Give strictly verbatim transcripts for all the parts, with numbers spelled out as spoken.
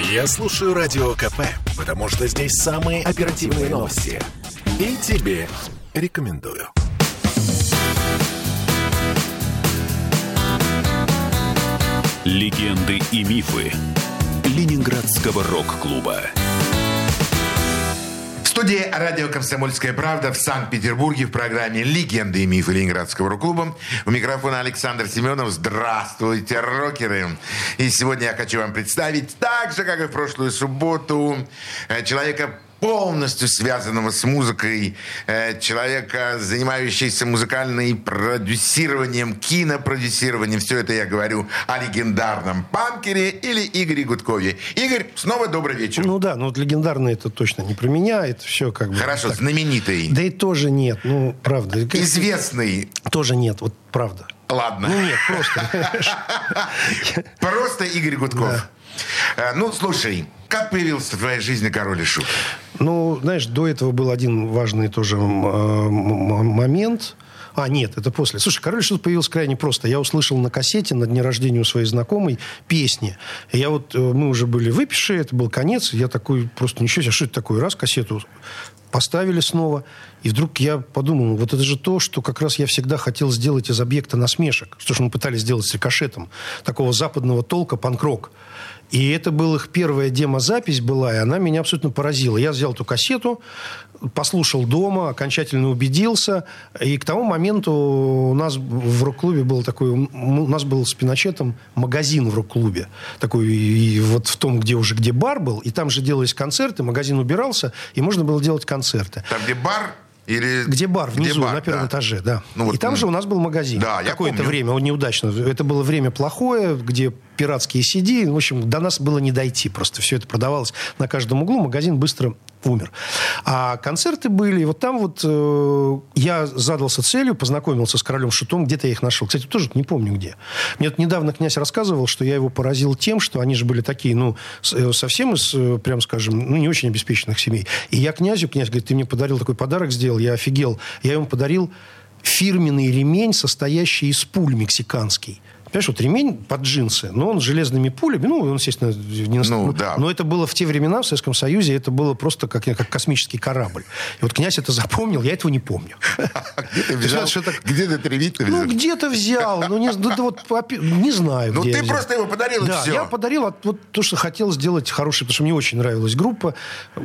Я слушаю Радио КП, потому что здесь самые оперативные новости. И тебе рекомендую. Легенды и мифы Ленинградского рок-клуба. В студии радио «Комсомольская правда» в Санкт-Петербурге в программе «Легенды и мифы Ленинградского рок-клуба». У микрофона Александр Семенов. Здравствуйте, рокеры! И сегодня я хочу вам представить, так же, как и в прошлую субботу, человека, полностью связанного с музыкой, человека, занимающегося музыкальным продюсированием, кинопродюсированием. Все это я говорю о легендарном панкере или Игоре Гудкове. Игорь, снова добрый вечер. Ну да, ну вот легендарный это точно не про меня, это все как бы... Хорошо, так. Знаменитый. Да и тоже нет, ну правда. Известный. Тоже нет, вот правда. Ладно. Ну нет, просто. Просто Игорь Гудков. Ну, слушай, как появился в твоей жизни Король и Шут? Ну, знаешь, до этого был один важный тоже момент. А, нет, это после. Слушай, «Король и Шут» появился крайне просто. Я услышал на кассете на дне рождения у своей знакомой песни. И я вот, мы уже были выпившие, это был конец. Я такой, просто ничего себе, что это такое? Раз, кассету поставили снова. И вдруг я подумал, вот это же то, что как раз я всегда хотел сделать из объекта насмешек. Что же мы пытались сделать с «Рикошетом». Такого западного толка панк-рок. И это была их первая демозапись была, и она меня абсолютно поразила. Я взял эту кассету, послушал дома, окончательно убедился. И к тому моменту у нас в рок-клубе был такой... У нас был с Пиночетом магазин в рок-клубе. Такой, и вот в том, где уже где бар был. И там же делались концерты, магазин убирался, и можно было делать концерты. Там, где бар... Или... Где бар, внизу, Где бар, на первом да. этаже, да. Ну, вот, и там ну... же у нас был магазин. Да, я Какое-то помню. время, он неудачно. Это было время плохое, где пиратские си ди. В общем, до нас было не дойти. Просто все это продавалось на каждом углу. Магазин быстро умер. А концерты были. И вот там вот э, я задался целью, познакомился с Королем Шутом. Где-то я их нашел. Кстати, тоже не помню где. Мне вот недавно князь рассказывал, что я его поразил тем, что они же были такие, ну, совсем из, прям скажем, ну, не очень обеспеченных семей. И я князю, князь говорит, ты мне подарил такой подарок, сделал, я офигел. Я ему подарил фирменный ремень, состоящий из пуль мексиканский. Понимаешь, вот ремень под джинсы, но он с железными пулями, ну, он, естественно, не наст... ну, да. но это было в те времена в Советском Союзе, это было просто как, как космический корабль. И вот князь это запомнил, я этого не помню. Где ты взял? Где ты ремень взял? Ну, где-то взял, ну, не, да, вот, не знаю, Ну, где ты я взял. просто его подарил, и Да, все. я подарил вот то, что хотел сделать хороший, потому что мне очень нравилась группа.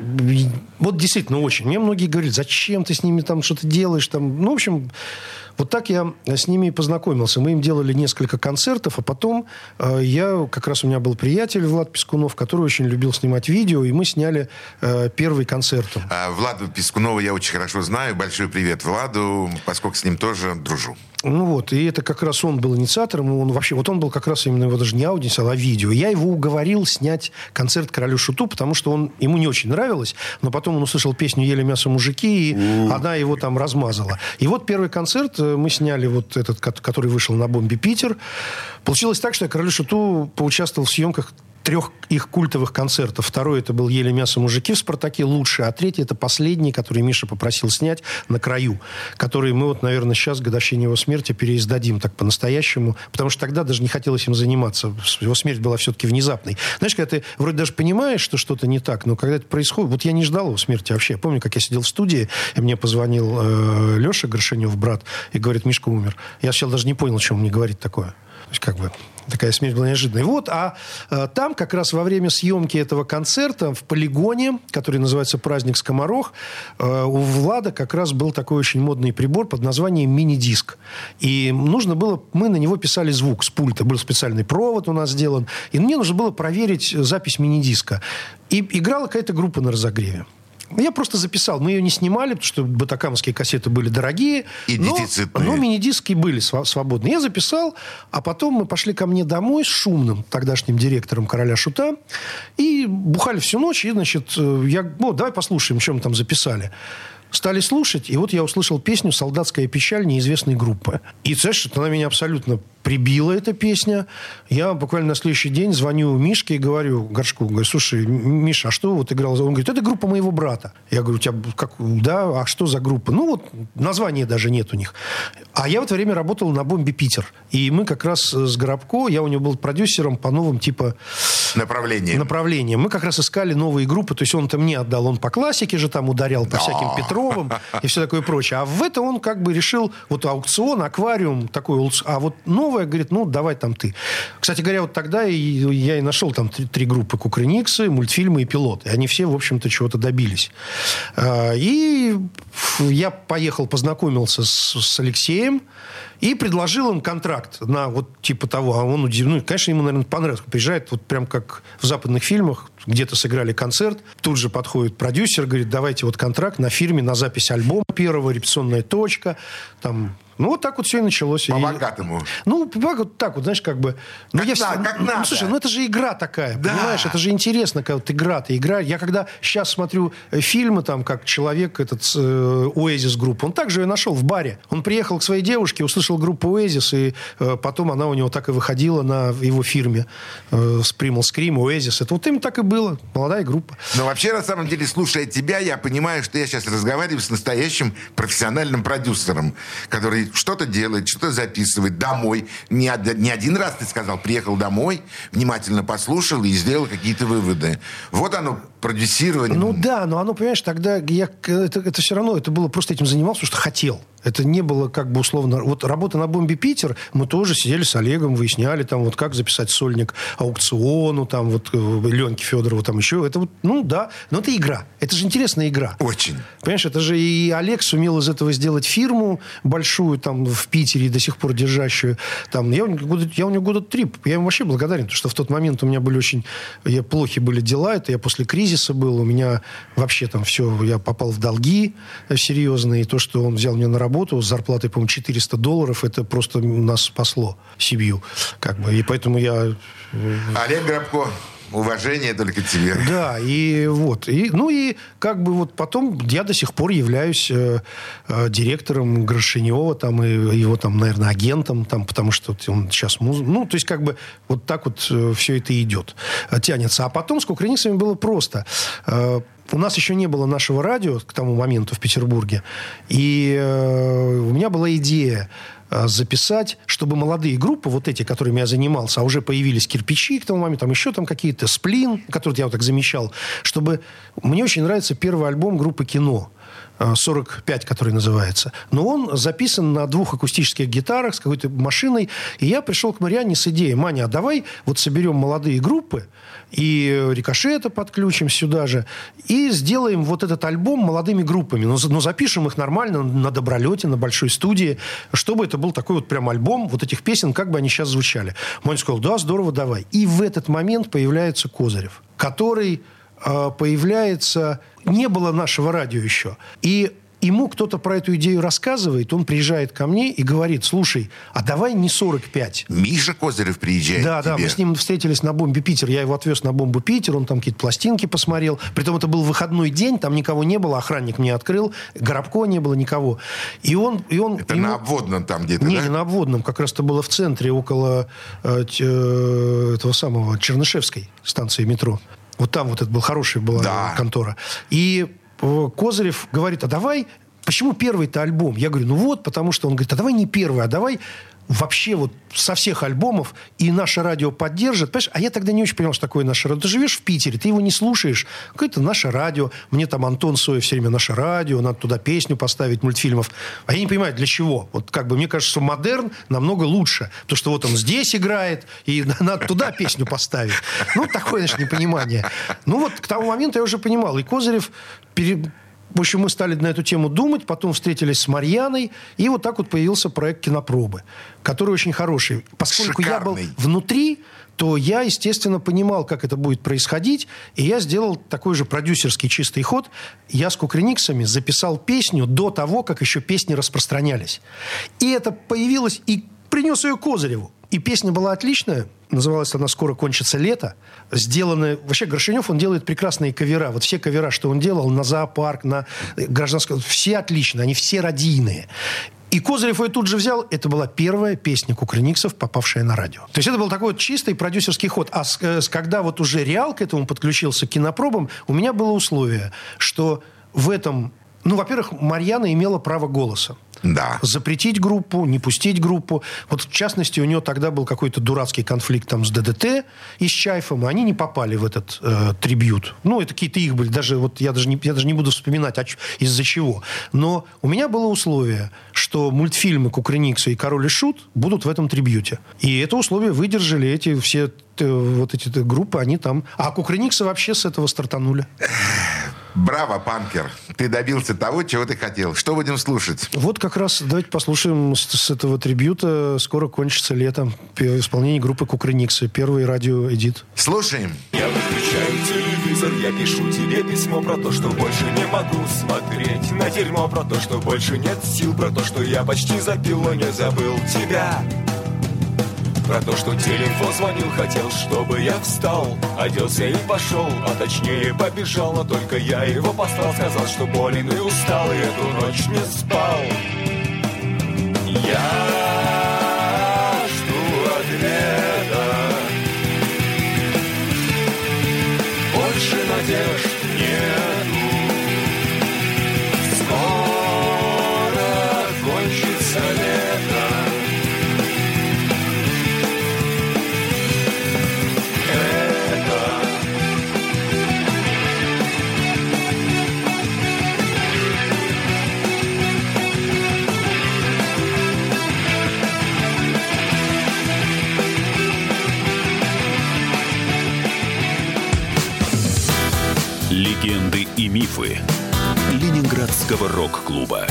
Вот действительно очень. Мне многие говорили, зачем ты с ними там что-то делаешь? Там. Ну, в общем, вот так я с ними и познакомился. Мы им делали несколько концертов, а потом э, я, как раз у меня был приятель Влад Пискунов, который очень любил снимать видео, и мы сняли э, первый концерт. А, Владу Пискунова я очень хорошо знаю. Большой привет Владу, поскольку с ним тоже дружу. Ну вот, и это как раз он был инициатором, и он вообще, вот он был как раз именно, его даже не аудио, а видео. Я его уговорил снять концерт Королю Шуту, потому что он, ему не очень нравилось, но потом он услышал песню «Ели мясо мужики», и mm. она его там размазала. И вот первый концерт мы сняли, вот этот, который вышел на «Бомбе Питер». Получилось так, что я Королю Шуту поучаствовал в съемках трех их культовых концертов. Второй это был «Ели мясо мужики» в «Спартаке» лучший, а третий это последний, который Миша попросил снять «На краю», который мы вот, наверное, сейчас, к годовщине его смерти, переиздадим так по-настоящему, потому что тогда даже не хотелось им заниматься. Его смерть была все-таки внезапной. Знаешь, когда ты вроде даже понимаешь, что что-то не так, но когда это происходит... Вот я не ждал его смерти вообще. Я помню, как я сидел в студии, и мне позвонил э, Леша Горшенев, брат, и говорит, Мишка умер. Я сначала даже не понял, чем он мне говорит такое. То есть, как бы, такая смерть была неожиданной. Вот, а э, там как раз во время съемки этого концерта в полигоне, который называется «Праздник Скоморох», э, у Влада как раз был такой очень модный прибор под названием мини-диск. И нужно было... Мы на него писали звук с пульта. Был специальный провод у нас сделан. И мне нужно было проверить запись мини-диска. И играла какая-то группа на разогреве. Я просто записал. Мы ее не снимали, потому что батакамовские кассеты были дорогие. И но, дефицитные. Но мини-диски были свободны. Я записал, а потом мы пошли ко мне домой с Шумным, тогдашним директором «Короля Шута», и бухали всю ночь. И, значит, я... Ну, давай послушаем, что мы там записали. Стали слушать, и вот я услышал песню «Солдатская печаль» неизвестной группы. И, знаешь, она меня абсолютно прибила эта песня. Я буквально на следующий день звоню Мишке и говорю, Горшку, говорю, слушай, Миша, а что вот играл? Он говорит, это группа моего брата. Я говорю, у тебя как, да, а что за группа? Ну вот, названия даже нет у них. А я в это время работал на «Бомбе Питер». И мы как раз с Горобко, я у него был продюсером по новым типа... Направлениям. Направлениям. Мы как раз искали новые группы. То есть он-то мне отдал, он по классике же там ударял, по всяким Петровым и все такое прочее. А в это он как бы решил, вот аукцион, аквариум, такой, а вот новое, говорит, ну, давай там ты. Кстати говоря, вот тогда и, я и нашел там три, три группы: Кукрыниксы, мультфильмы и пилоты. Они все, в общем-то, чего-то добились. И я поехал, познакомился с, с Алексеем и предложил им контракт на вот типа того. А он удивился. Ну, конечно, ему, наверное, понравилось. Приезжает вот прям как в западных фильмах. Где-то сыграли концерт. Тут же подходит продюсер, говорит, давайте вот контракт на фирме, на запись альбома первого, репетиционная точка. Там... Ну, вот так вот все и началось. По-богатому. Ну, вот так вот, знаешь, как бы... Ну, как я надо, все... как ну, надо. Слушай, ну это же игра такая, да. Понимаешь? Это же интересно, когда вот игра, ты играешь. Я когда сейчас смотрю фильмы, там, как человек, этот э, Оазис группа, он также ее нашел в баре. Он приехал к своей девушке, услышал группу Оазис, и э, потом она у него так и выходила на его фирме. Э, Primal Scream, Оазис. Это вот им так и было. Молодая группа. Но вообще, на самом деле, слушая тебя, я понимаю, что я сейчас разговариваю с настоящим профессиональным продюсером, который что-то делает, что-то записывает домой. Не, од- не один раз, ты сказал, приехал домой, внимательно послушал и сделал какие-то выводы. Вот оно, продюсирование. Ну да, но оно, понимаешь, тогда я, это, это все равно, это было просто этим занимался, потому что хотел. Это не было как бы условно... Вот работа на «Бомбе Питер», мы тоже сидели с Олегом, выясняли там вот как записать сольник аукциону, там вот Ленке Федорову, там еще. Это вот, ну да, но это игра. Это же интересная игра. Очень. Понимаешь, это же и Олег сумел из этого сделать фирму большую там в Питере, до сих пор держащую. Там, я, года, я у него года три, я ему вообще благодарен, потому что в тот момент у меня были очень... Я, плохи были дела, это я после кризиса был, у меня вообще там все, я попал в долги серьезные, и то, что он взял меня на работу, работу с зарплатой, по-моему, четыреста долларов, это просто нас спасло, семью. Как бы. И поэтому я... Олег Горобко, уважение только тебе. Да, и вот. И, ну и как бы вот потом я до сих пор являюсь э, э, директором Грошинева, там, и его там, наверное, агентом, там, потому что он сейчас муз... Ну, то есть как бы вот так вот э, все это идет, э, тянется. А потом с Кукрыниксами было просто... Э, У нас еще не было нашего радио к тому моменту в Петербурге. И э, у меня была идея э, записать, чтобы молодые группы, вот эти, которыми я занимался, а уже появились кирпичи к тому моменту, там еще там какие-то, Сплин, который я вот так замечал, чтобы... Мне очень нравится первый альбом группы «Кино». сорок пять, который называется. Но он записан на двух акустических гитарах с какой-то машиной. И я пришел к Марианне с идеей: Маня, а давай вот соберем молодые группы и Рикошета подключим сюда же и сделаем вот этот альбом молодыми группами. Но, но запишем их нормально на добролете, на большой студии, чтобы это был такой вот прям альбом вот этих песен, как бы они сейчас звучали. Маня сказала: да, здорово, давай. И в этот момент появляется Козырев, который... появляется... Не было нашего радио еще. И ему кто-то про эту идею рассказывает, он приезжает ко мне и говорит: слушай, а давай не сорок пять. Миша Козырев приезжает Да, к тебе. да, мы с ним встретились на «Бомбе Питер». Я его отвез на «Бомбу Питер», он там какие-то пластинки посмотрел. Притом это был выходной день, там никого не было, охранник мне открыл, Горобко не было, никого. И он... И он Это ему... на Обводном там где-то, не, да? Не на Обводном, как раз это было в центре, около э, э, этого самого Чернышевской станции метро. Вот там вот это была хорошая была да. контора. И Козырев говорит: а давай... Почему первый-то альбом? Я говорю: ну вот, потому что он говорит: а давай не первый, а давай вообще вот со всех альбомов, и наше радио поддержит. Понимаешь? А я тогда не очень понял, что такое наше радио. Ты живешь в Питере, ты его не слушаешь. Какое-то наше радио. Мне там Антон Соев все время: наше радио, надо туда песню поставить, мультфильмов. А я не понимаю, для чего. Вот как бы мне кажется, что модерн намного лучше. Потому что вот он здесь играет, и надо туда песню поставить. Ну, такое, значит, непонимание. Ну, вот к тому моменту я уже понимал. И Козырев... Пере... В общем, мы стали на эту тему думать, потом встретились с Марьяной, и вот так вот появился проект «Кинопробы», который очень хороший. Поскольку Шикарный. Я был внутри, то я, естественно, понимал, как это будет происходить, и я сделал такой же продюсерский чистый ход. Я с Кукрыниксами записал песню до того, как еще песни распространялись. И это появилось, и принес ее Козыреву. И песня была отличная. Называлась она «Скоро кончится лето». Сделаны... Вообще, Грошинев, он делает прекрасные кавера. Вот все кавера, что он делал на «Зоопарк», на «Гражданское», все отличные, они все радийные. И Козырев ее тут же взял. Это была первая песня Кукрыниксов, попавшая на радио. То есть это был такой вот чистый продюсерский ход. А с, с, когда вот уже Реал к этому подключился, к кинопробам, у меня было условие, что в этом... Ну, во-первых, Марьяна имела право голоса. Да. Запретить группу, не пустить группу. Вот, в частности, у нее тогда был какой-то дурацкий конфликт там с ДДТ и с Чайфом, и они не попали в этот э, трибьют. Ну, это какие-то их были. Даже, вот, я, даже не, я даже не буду вспоминать, а, из-за чего. Но у меня было условие, что мультфильмы Кукрыниксы и Король и Шут будут в этом трибьюте. И это условие выдержали эти все вот эти группы, они там... А Кукрыниксы вообще с этого стартанули. Браво, панкер. Ты добился того, чего ты хотел. Что будем слушать? Вот как раз давайте послушаем с, с этого трибьюта «Скоро кончится лето» в исполнении группы Кукрыниксы. Первый радиоэдит. Слушаем. Я выключаю телевизор, я пишу тебе письмо про то, что больше не могу смотреть на дерьмо, про то, что больше нет сил, про то, что я почти запил, но не забыл тебя. Про то, что телефон звонил, хотел, чтобы я встал, оделся и пошел, а точнее побежал, но только я его послал, сказал, что болен и устал, и эту ночь не спал. Я жду ответа, больше надежд нету, скоро кончится лето. Легенды и мифы Ленинградского рок-клуба.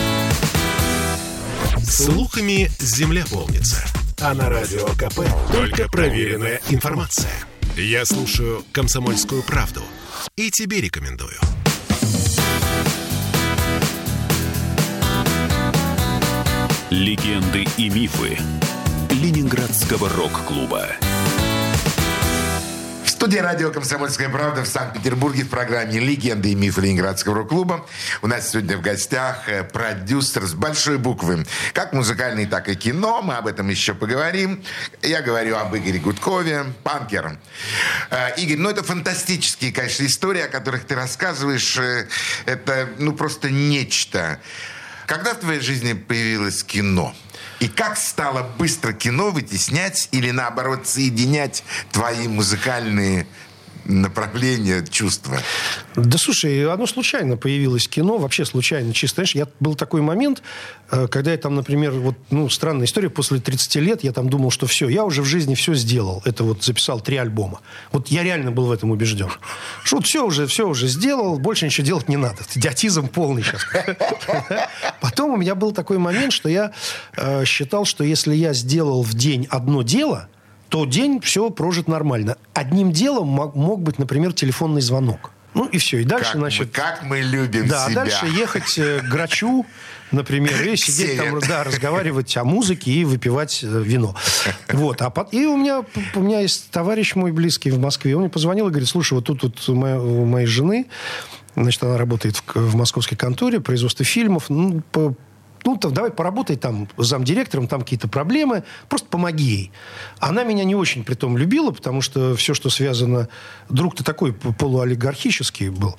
Слухами земля полнится. А на Радио КП только проверенная информация. Я слушаю «Комсомольскую правду» и тебе рекомендую. Легенды и мифы Ленинградского рок-клуба. В студии радио «Комсомольская правда» в Санкт-Петербурге в программе «Легенды и мифы Ленинградского рок-клуба». У нас сегодня в гостях продюсер с большой буквы. Как музыкальный, так и кино. Мы об этом еще поговорим. Я говорю об Игоре Гудкове, панкер. Игорь, ну это фантастические, конечно, истории, о которых ты рассказываешь. Это, ну, просто нечто. Когда в твоей жизни появилось кино? И как стало быстро кино вытеснять или, наоборот, соединять твои музыкальные направления, чувства? Да слушай, оно случайно появилось кино, вообще случайно, чисто. Знаешь, я, был такой момент, когда я там, например, вот, ну, странная история, после тридцати лет я там думал, что все, я уже в жизни все сделал. Это вот записал три альбома. Вот я реально был в этом убежден. Что вот все уже, все уже сделал, больше ничего делать не надо. Идиотизм полный сейчас. Потом у меня был такой момент, что я э, считал, что если я сделал в день одно дело, то день все прожит нормально. Одним делом мог, мог быть, например, телефонный звонок. Ну и все. И дальше, как, значит... Мы, как мы любим да, себя. Да, дальше ехать к грачу, например, и сидеть там, да, разговаривать о музыке и выпивать вино. Вот. А под... И у меня, у меня есть товарищ мой близкий в Москве. Он мне позвонил и говорит, слушай, вот тут вот у моей, у моей жены, значит, она работает в, в московской конторе, производство фильмов, ну, по Ну, то, давай поработай там замдиректором, там какие-то проблемы, просто помоги ей. Она меня не очень притом любила, потому что все, что связано... Друг-то такой полуолигархический был.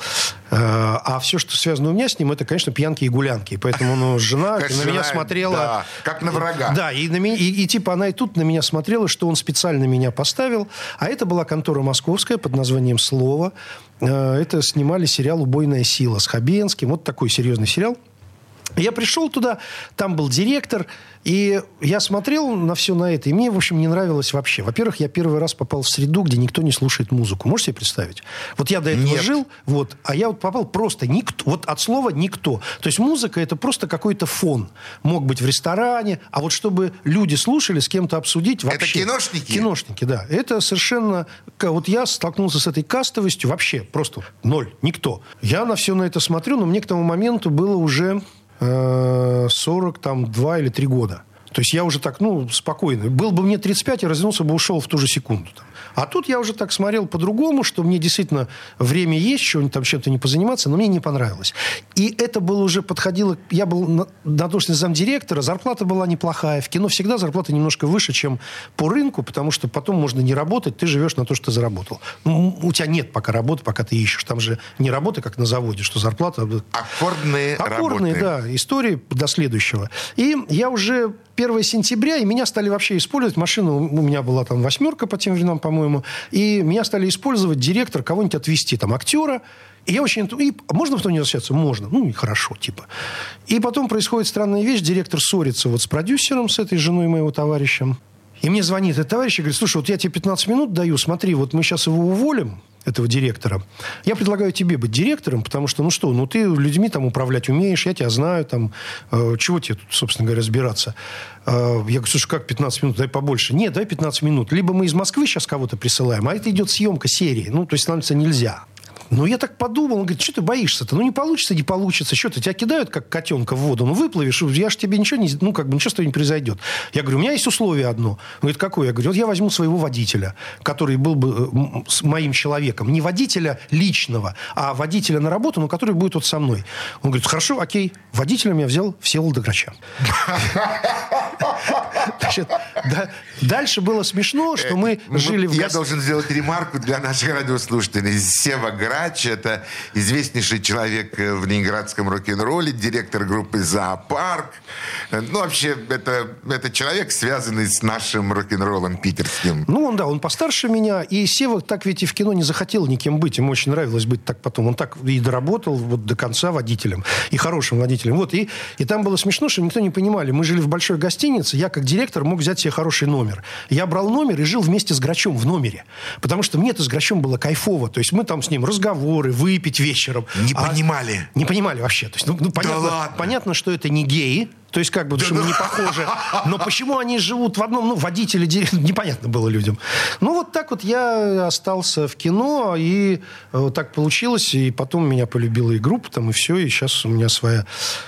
А все, что связано у меня с ним, это, конечно, пьянки и гулянки. Поэтому ну, жена как на жена, меня смотрела... Да, как на врага. Да, и, на меня, и, и типа она и тут на меня смотрела, что он специально меня поставил. А это была контора московская под названием «Слово». Это снимали сериал «Убойная сила» с Хабенским. Вот такой серьезный сериал. Я пришел туда, там был директор, и я смотрел на все на это, и мне, в общем, не нравилось вообще. Во-первых, я первый раз попал в среду, где никто не слушает музыку. Можете себе представить? Вот я до этого Нет. жил, вот, а я вот попал просто никто, вот от слова никто. То есть музыка — это просто какой-то фон. Мог быть в ресторане, а вот чтобы люди слушали, с кем-то обсудить вообще... Это киношники? Киношники, да. Это совершенно... Вот я столкнулся с этой кастовостью вообще, просто ноль, никто. Я на все на это смотрю, но мне к тому моменту было уже... сорок два или три года. То есть я уже так, ну, спокойно. Был бы мне тридцать пять, я развернулся бы, ушел в ту же секунду. Там. А тут я уже так смотрел по-другому, что мне действительно время есть, что-нибудь там чем-то не позаниматься, но мне не понравилось. И это было уже подходило... Я был на, на должности замдиректора, зарплата была неплохая. В кино всегда зарплата немножко выше, чем по рынку, потому что потом можно не работать, ты живешь на то, что ты заработал. Ну, у тебя нет пока работы, пока ты ищешь. Там же не работа, как на заводе, что зарплата... Аккордные, Аккордные, работы. да, истории до следующего. И я уже... первого сентября, и меня стали вообще использовать. Машина у меня была там восьмерка по тем временам, по-моему. И меня стали использовать директор, кого-нибудь отвезти, там, актера. И я очень... И можно потом не возвращаться? Можно. Ну, и хорошо, типа. И потом происходит странная вещь. Директор ссорится вот с продюсером, с этой женой моего товарища. И мне звонит этот товарищ и говорит: слушай, вот я тебе пятнадцать минут даю, смотри, вот мы сейчас его уволим, этого директора. Я предлагаю тебе быть директором, потому что, ну что, ну ты людьми там управлять умеешь, я тебя знаю, там, э, чего тебе тут, собственно говоря, разбираться? Э, я говорю: слушай, как пятнадцать минут, дай побольше. Нет, дай пятнадцать минут. Либо мы из Москвы сейчас кого-то присылаем, а это идет съемка серии. Ну, то есть, становится нельзя. Ну, я так подумал, он говорит: что ты боишься-то? Ну, не получится, не получится. Что, ты тебя кидают, как котенка в воду? Ну, выплывешь, я же тебе ничего не... Ну, как бы ничего с тобой не произойдет. Я говорю: у меня есть условие одно. Он говорит: какое? Я говорю: вот я возьму своего водителя, который был бы с моим человеком. Не водителя личного, а водителя на работу, но который будет вот со мной. Он говорит: хорошо, окей. Водителем я взял Всеволода Грача. Значит, да, дальше было смешно, что мы ну, жили в... Я должен сделать ремарку для наших радиослушателей. Сева Грач — это известнейший человек в ленинградском рок-н-ролле, директор группы «Зоопарк». Ну, вообще, это, это человек, связанный с нашим рок-н-роллом питерским. Ну, он, да, он постарше меня. И Сева так ведь и в кино не захотел никем быть. Ему очень нравилось быть так потом. Он так и доработал вот до конца водителем. И хорошим водителем. Вот. И, и там было смешно, что никто не понимали. Мы жили в большой гостинице. Я, как директор, мог взять себе хороший номер. Я брал номер и жил вместе с Грачом в номере. Потому что мне-то с Грачом было кайфово. То есть мы там с ним разговоры, выпить вечером. Не а понимали? Не понимали вообще. То есть, ну, ну, понятно, да ладно? Понятно, что это не геи. То есть, как бы, потому что мы не похожи. Но почему они живут в одном, ну, водители, непонятно было людям. Ну, вот так вот я остался в кино, и вот так получилось. И потом меня полюбила и группа, там, и все. И сейчас у меня своя...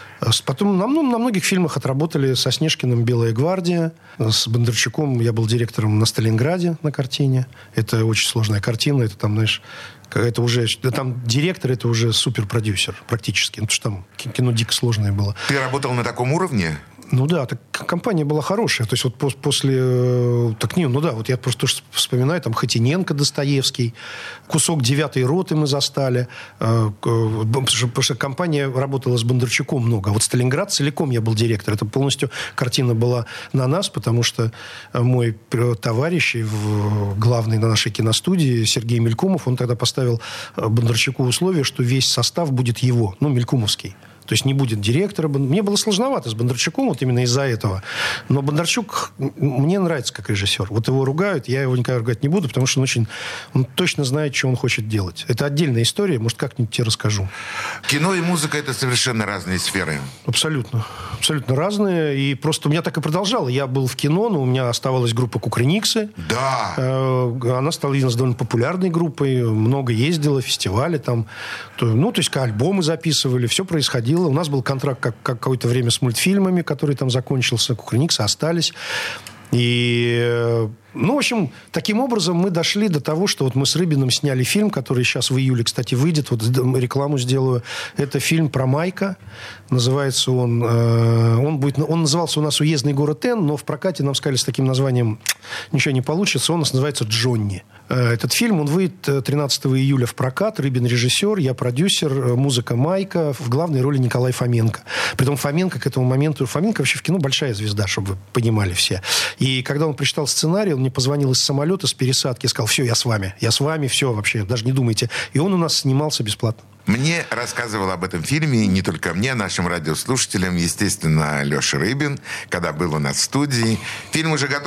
Потом на, ну, на многих фильмах отработали со Снежкиным «Белая гвардия». С Бондарчуком я был директором на Сталинграде на картине. Это очень сложная картина. Это там, знаешь... Это уже, да, там директор, это уже суперпродюсер практически. Ну, потому что там кино дико сложное было. Ты работал на таком уровне? Ну да, так компания была хорошая. То есть вот после... Так не, ну да, вот я просто тоже вспоминаю, там Хотиненко, Достоевский, кусок «Девятой роты» мы застали. Потому что компания работала с Бондарчуком много. А вот «Сталинград» целиком я был директор. Это полностью картина была на нас, потому что мой товарищ, главный на нашей киностудии, Сергей Мелькумов, он тогда поставил Бондарчуку условие, что весь состав будет его, ну, мелькумовский. То есть не будет директора. Мне было сложновато с Бондарчуком вот именно из-за этого. Но Бондарчук мне нравится как режиссер. Вот его ругают, я его никогда ругать не буду, потому что он очень... Он точно знает, что он хочет делать. Это отдельная история, может, как-нибудь тебе расскажу. Кино и музыка — это совершенно разные сферы. Абсолютно. Абсолютно разные. И просто у меня так и продолжало. Я был в кино, но у меня оставалась группа «Кукрыниксы». Да. Она стала из нас довольно популярной группой. Много ездила, фестивали там. Ну, то есть альбомы записывали, все происходило. У нас был контракт как, как какое-то время с мультфильмами, который там закончился. Кукрыниксы остались. И, ну, в общем, таким образом мы дошли до того, что вот мы с Рыбиным сняли фильм, который сейчас в июле, кстати, выйдет. Вот рекламу сделаю. Это фильм про Майка. Называется он... Э, он, будет, он назывался у нас «Уездный город Н», но в прокате нам сказали, с таким названием ничего не получится. Он у нас называется «Джонни». Этот фильм, он выйдет тринадцатого июля в прокат. Рыбин режиссер, я продюсер, музыка Майка, в главной роли Николай Фоменко. Притом Фоменко к этому моменту... Фоменко вообще в кино большая звезда, чтобы вы понимали все. И когда он прочитал сценарий, он мне позвонил из самолета, с пересадки, сказал: все, я с вами, я с вами, все, вообще, даже не думайте. И он у нас снимался бесплатно. Мне рассказывал об этом фильме, не только мне, нашим радиослушателям, естественно, Леша Рыбин, когда был у нас в студии. Фильм уже готов?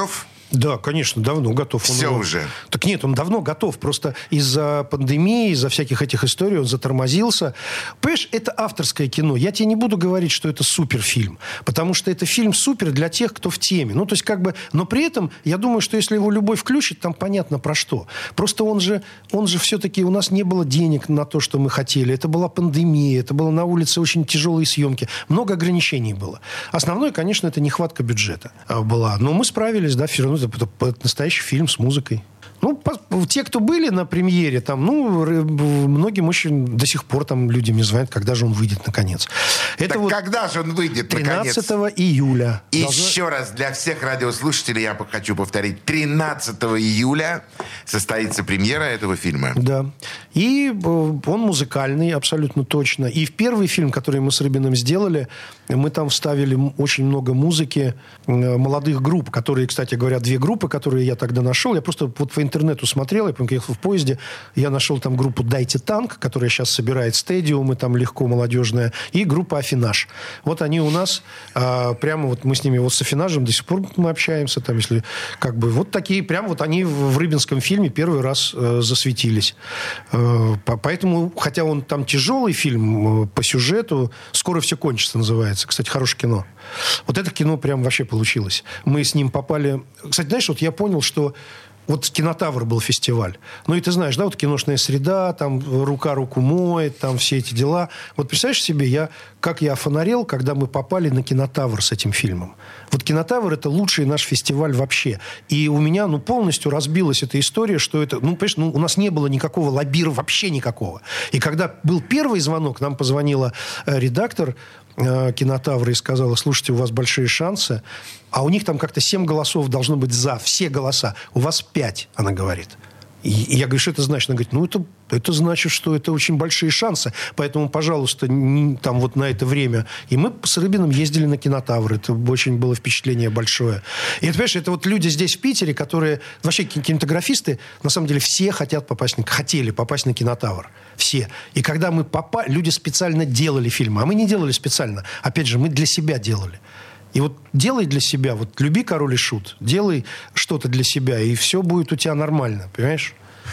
Да, конечно, давно готов. Все он, уже. Так нет, он давно готов. Просто из-за пандемии, из-за всяких этих историй он затормозился. Понимаешь, это авторское кино. Я тебе не буду говорить, что это суперфильм. Потому что это фильм супер для тех, кто в теме. Ну, то есть, как бы... Но при этом, я думаю, что если его любой включит, там понятно про что. Просто он же, он же все-таки... У нас не было денег на то, что мы хотели. Это была пандемия. Это было на улице очень тяжелые съемки. Много ограничений было. Основное, конечно, это нехватка бюджета была. Но мы справились, да, все равно. Это, это настоящий фильм с музыкой. Ну, по, те, кто были на премьере, там, ну, многим очень до сих пор там люди мне звонят, когда же он выйдет наконец. Это так вот когда же он выйдет наконец? тринадцатого июля. И Должно... еще раз для всех радиослушателей я хочу повторить. тринадцатого июля состоится премьера этого фильма. Да. И он музыкальный, абсолютно точно. И в первый фильм, который мы с Рыбиным сделали, мы там вставили очень много музыки молодых групп, которые, кстати говоря, две группы, которые я тогда нашел. Я просто вот по интернету смотрел, я помню, ехал в поезде, я нашел там группу «Дайте танк», которая сейчас собирает стадиумы, там легко молодежная, и группа «Афинаж». Вот они у нас, а, прямо вот мы с ними вот с «Афинажем» до сих пор мы общаемся, там, если как бы вот такие, прям вот они в рыбинском фильме первый раз э, засветились. Э, поэтому, хотя он там тяжелый фильм э, по сюжету, «Скоро все кончится» называется. Кстати, хорошее кино. Вот это кино прям вообще получилось. Мы с ним попали... Кстати, знаешь, вот я понял, что вот «Кинотавр» был фестиваль. Ну, и ты знаешь, да, вот киношная среда, там рука руку моет, там все эти дела. Вот представляешь себе, я, как я офонарел, когда мы попали на «Кинотавр» с этим фильмом. Вот «Кинотавр» — это лучший наш фестиваль вообще. И у меня, ну, полностью разбилась эта история, что это... Ну, понимаешь, ну, у нас не было никакого лоббира, вообще никакого. И когда был первый звонок, нам позвонила э, редактор э, «Кинотавра» и сказала: слушайте, у вас большие шансы. А у них там как-то семь голосов должно быть за. Все голоса. У вас пять, она говорит. И я говорю, что это значит? Она говорит, ну, это, это значит, что это очень большие шансы. Поэтому, пожалуйста, не, там вот на это время. И мы с Рыбиным ездили на «Кинотавр». Это очень было впечатление большое. И, ты понимаешь, это вот люди здесь, в Питере, которые... Вообще кинематографисты, на самом деле, все хотят попасть, хотели попасть на «Кинотавр». Все. И когда мы попали... Люди специально делали фильмы. А мы не делали специально. Опять же, мы для себя делали. И вот делай для себя, вот люби «Король и Шут», делай что-то для себя, и все будет у тебя нормально, понимаешь?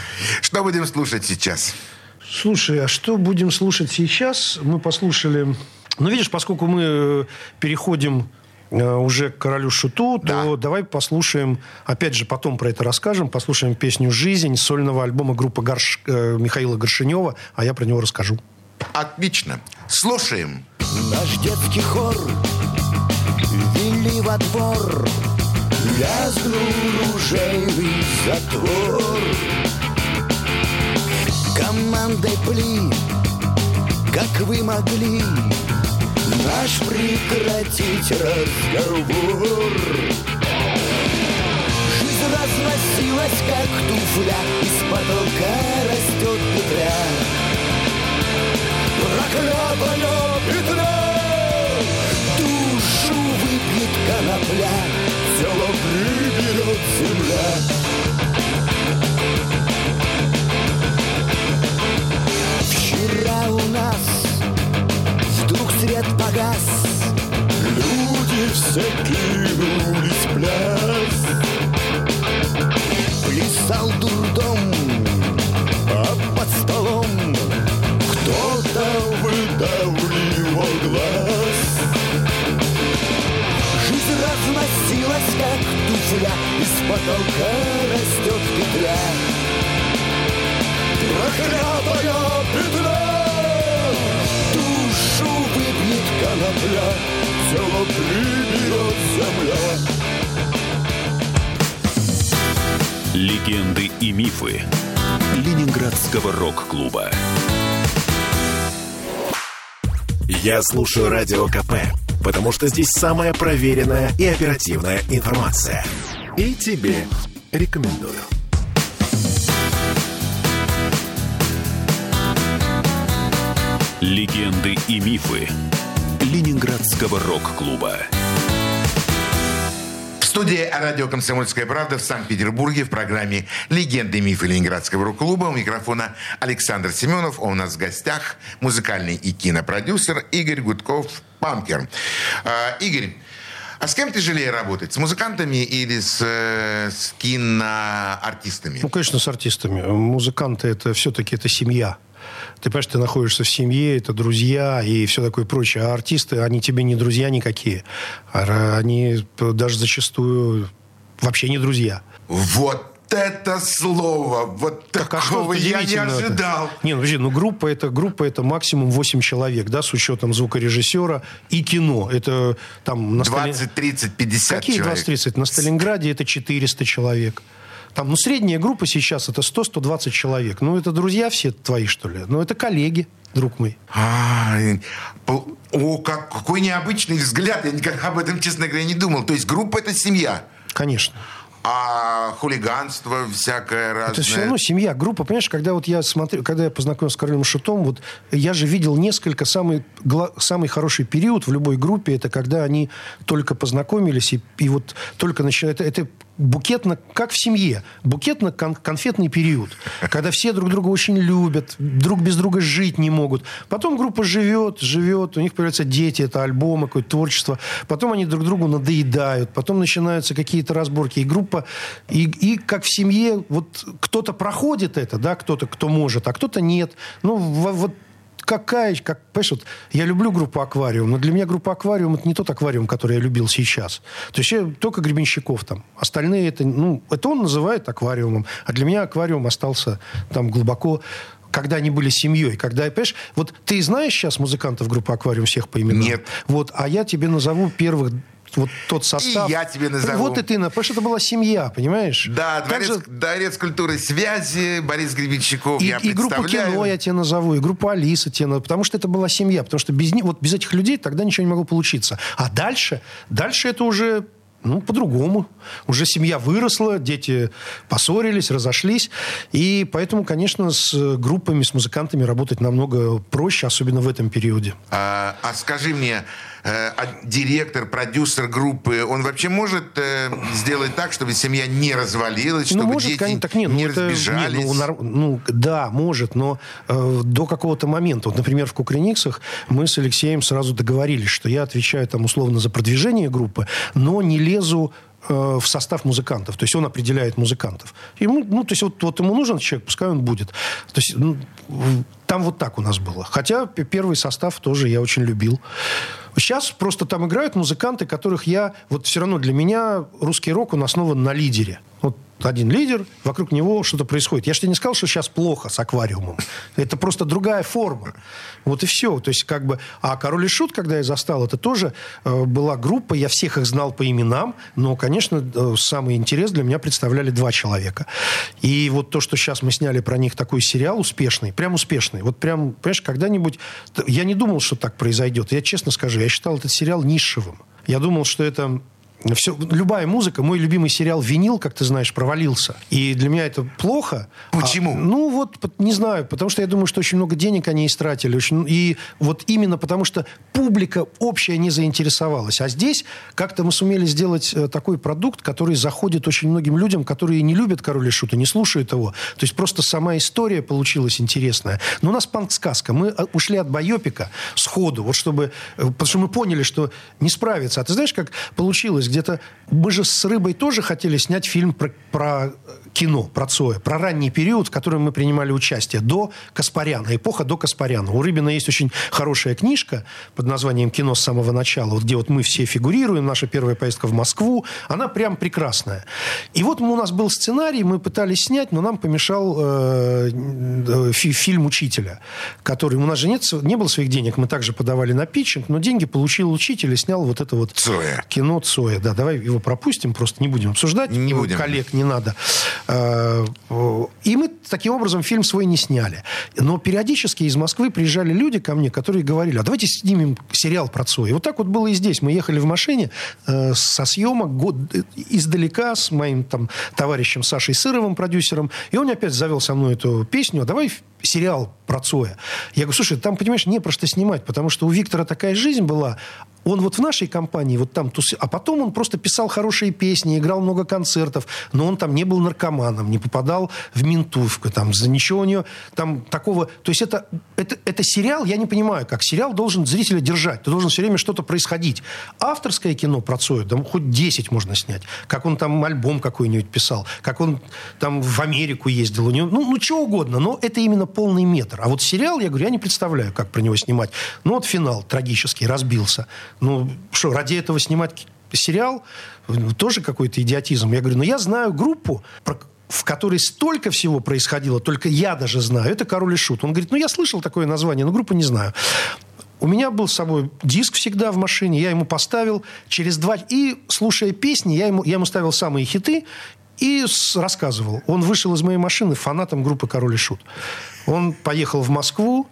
Что будем слушать сейчас? Слушай, а что будем слушать сейчас? Мы послушали... Ну, видишь, поскольку мы переходим э, уже к «Королю Шуту», то да. Давай послушаем, опять же, потом про это расскажем, послушаем песню «Жизнь» сольного альбома группы Горш... э, Михаила Горшенева, а я про него расскажу. Отлично. Слушаем. Наш детский хор вели во двор, лязгнул ружейный затвор. Командой пли, как вы могли, наш прекратить разговор. Жизнь разносилась, как туфля, из потолка растет петля. Проклятая петля! Душу выпьет конопля, тело приберет земля. Вчера у нас вдруг свет погас, люди все кинулись в пляс. Плясал дурдом, а под столом кто-то выдавливал глаз. Жизнь разносилась, как туфля, из потолка растет петля. Проклятая петля! Душу выпьет конопля, тело приберет земля. Легенды и мифы Ленинградского рок-клуба. Я слушаю Радио КП, потому что здесь самая проверенная и оперативная информация. И тебе рекомендую. Легенды и мифы Ленинградского рок-клуба. В студии радио «Комсомольская правда» в Санкт-Петербурге в программе «Легенды и мифы Ленинградского рок-клуба». У микрофона Александр Семенов. А у нас в гостях музыкальный и кинопродюсер Игорь Гудков-Панкер. Игорь, А с кем ты жалеешь работать? С музыкантами или с, с киноартистами? Ну, конечно, с артистами. Музыканты — это все-таки это семья. Ты понимаешь, ты находишься в семье, это друзья и все такое прочее. А артисты, они тебе не друзья никакие. Они даже зачастую вообще не друзья. Вот это слово! Вот так, такого а я не ожидал. Это? Не, ну, подожди, ну группа это, группа это максимум восемь человек, да, с учетом звукорежиссера и кино. Это там... На двадцать, тридцать, пятьдесят Какие человек? двадцать тридцать? На Сталинграде это четыреста человек. Там, ну, средняя группа сейчас это сто - сто двадцать человек. Ну, это друзья все твои, что ли? Ну, это коллеги, друг мой. А, о, как, какой необычный взгляд. Я никогда об этом, честно говоря, не думал. То есть группа — это семья? Конечно. А хулиганство всякое разное? Это все равно семья, группа. Понимаешь, когда вот я смотрю, когда я познакомился с Королем и Шутом, вот я же видел несколько, самый, гла, самый хороший период в любой группе, это когда они только познакомились, и, и вот только начинают... Это, это букетно, как в семье, букетно-конфетный период, когда все друг друга очень любят, друг без друга жить не могут. Потом группа живет, живет, у них появляются дети, это альбомы, какое-то творчество. Потом они друг другу надоедают, потом начинаются какие-то разборки. И группа, и, и как в семье, вот кто-то проходит это, да, кто-то, кто может, а кто-то нет. Ну, вот какая, как, понимаешь, вот я люблю группу «Аквариум», но для меня группа «Аквариум» — это не тот «Аквариум», который я любил сейчас. То есть я только Гребенщиков там. Остальные это, ну, это он называет «Аквариумом», а для меня «Аквариум» остался там глубоко, когда они были семьей. Когда, понимаешь, вот ты знаешь сейчас музыкантов группы «Аквариум» всех по именам? Нет. Вот, а я тебе назову первых, вот тот состав. И я тебе назову. Вот и ты, потому что это была семья, понимаешь? Да, дворец, же... дворец культуры связи, Борис Гребенщиков, и, я и представляю. группу «Кино» я тебе назову, и группу «Алиса» тебе назову, потому что это была семья, потому что без, них, вот без этих людей тогда ничего не могло получиться. А дальше, дальше это уже... Ну, по-другому. Уже семья выросла, дети поссорились, разошлись. И поэтому, конечно, с группами, с музыкантами работать намного проще, особенно в этом периоде. А, а скажи мне, э, а директор, продюсер группы, он вообще может э, сделать так, чтобы семья не развалилась, чтобы ну, может, дети конечно, так, нет, не ну, это, разбежались? Нет, ну, ну, да, может, но э, до какого-то момента. Вот, например, в «Кукрыниксах» мы с Алексеем сразу договорились, что я отвечаю там условно за продвижение группы, но не лезу э, в состав музыкантов. То есть он определяет музыкантов. Ему, ну, то есть вот, вот ему нужен человек, пускай он будет. То есть ну, там вот так у нас было. Хотя первый состав тоже я очень любил. Сейчас просто там играют музыканты, которых я... Вот все равно для меня русский рок, он основан на лидере. Вот один лидер, вокруг него что-то происходит. Я же тебе не сказал, что сейчас плохо с «Аквариумом». Это просто другая форма. Вот и все. То есть как бы... А «Король и Шут», когда я застал, это тоже э, была группа, я всех их знал по именам, но, конечно, э, самый интерес для меня представляли два человека. И вот то, что сейчас мы сняли про них такой сериал успешный, прям успешный. Вот прям, понимаешь, когда-нибудь... Я не думал, что так произойдет. Я честно скажу, я считал этот сериал нишевым. Я думал, что это... Все, любая музыка, мой любимый сериал «Винил», как ты знаешь, провалился. И для меня это плохо. Почему? А, ну вот, не знаю, потому что я думаю, что очень много денег они истратили. Очень, и вот именно потому что публика общая не заинтересовалась. А здесь как-то мы сумели сделать такой продукт, который заходит очень многим людям, которые не любят «Король и Шут» и не слушают его. То есть просто сама история получилась интересная. Но у нас панк-сказка. Мы ушли от байопика сходу, вот чтобы... Потому что мы поняли, что не справиться. А ты знаешь, как получилось? Где-то мы же с Рыбой тоже хотели снять фильм про, про кино, про Цоя, про ранний период, в котором мы принимали участие, до Каспаряна, эпоха до Каспаряна. У Рыбина есть очень хорошая книжка под названием «Кино с самого начала», вот где вот мы все фигурируем, наша первая поездка в Москву, она прям прекрасная. И вот у нас был сценарий, мы пытались снять, но нам помешал э, э, фи, фильм «Учителя», который... У нас же нет, не было своих денег, мы также подавали на питчинг, но деньги получил учитель и снял вот это вот Цоя. кино Цоя. Да, давай его пропустим, просто не будем обсуждать. Не будем. Коллег не надо. И мы таким образом фильм свой не сняли. Но периодически из Москвы приезжали люди ко мне, которые говорили, а давайте снимем сериал про Цоя. И вот так вот было и здесь. Мы ехали в машине э, со съемок год, издалека с моим там товарищем Сашей Сыровым, продюсером. И он опять завел со мной эту песню, а давай сериал про Цоя. Я говорю, слушай, там, понимаешь, не про что снимать, потому что у Виктора такая жизнь была, он вот в нашей компании, вот там, тусы, а потом он просто писал хорошие песни, играл много концертов, но он там не был наркоманом, не попадал в ментовку, там, за ничего у него там такого... То есть это, это, это сериал, я не понимаю, как сериал должен зрителя держать, ты должен все время что-то происходить. Авторское кино про Цоя, там хоть десять можно снять, как он там альбом какой-нибудь писал, как он там в Америку ездил, у него, ну, ну, что угодно, но это именно полный метр. А вот сериал, я говорю, я не представляю, как про него снимать. Ну, вот финал трагический, разбился. Ну, что, ради этого снимать сериал? Тоже какой-то идиотизм. Я говорю, ну, я знаю группу, в которой столько всего происходило, только я даже знаю. Это «Король и Шут». Он говорит, ну, я слышал такое название, но группу не знаю. У меня был с собой диск всегда в машине, я ему поставил через два... И, слушая песни, я ему, я ему ставил самые хиты и рассказывал. Он вышел из моей машины фанатом группы «Король и Шут». Он поехал в Москву,